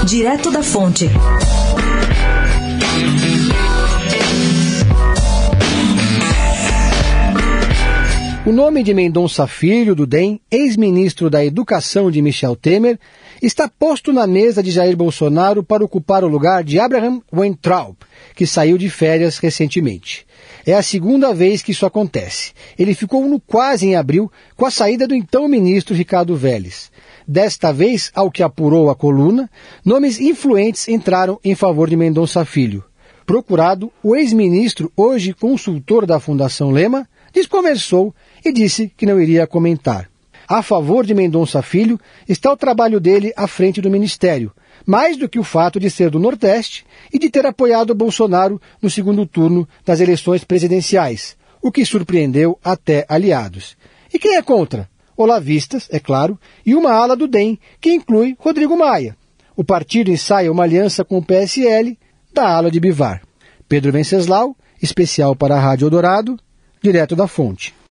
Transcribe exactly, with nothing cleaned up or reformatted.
Direto da Fonte. O nome de Mendonça Filho, do D E M, ex-ministro da Educação de Michel Temer, está posto na mesa de Jair Bolsonaro para ocupar o lugar de Abraham Weintraub, que saiu de férias recentemente. É a segunda vez que isso acontece. Ele ficou no quase em abril com a saída do então ministro Ricardo Vélez. Desta vez, ao que apurou a coluna, nomes influentes entraram em favor de Mendonça Filho. Procurado, o ex-ministro, hoje consultor da Fundação Lema, desconversou e disse que não iria comentar. A favor de Mendonça Filho está o trabalho dele à frente do Ministério, mais do que o fato de ser do Nordeste e de ter apoiado Bolsonaro no segundo turno das eleições presidenciais, o que surpreendeu até aliados. E quem é contra? Olavistas, é claro, e uma ala do D E M, que inclui Rodrigo Maia. O partido ensaia uma aliança com o P S L da ala de Bivar. Pedro Venceslau, especial para a Rádio Eldorado, direto da Fonte.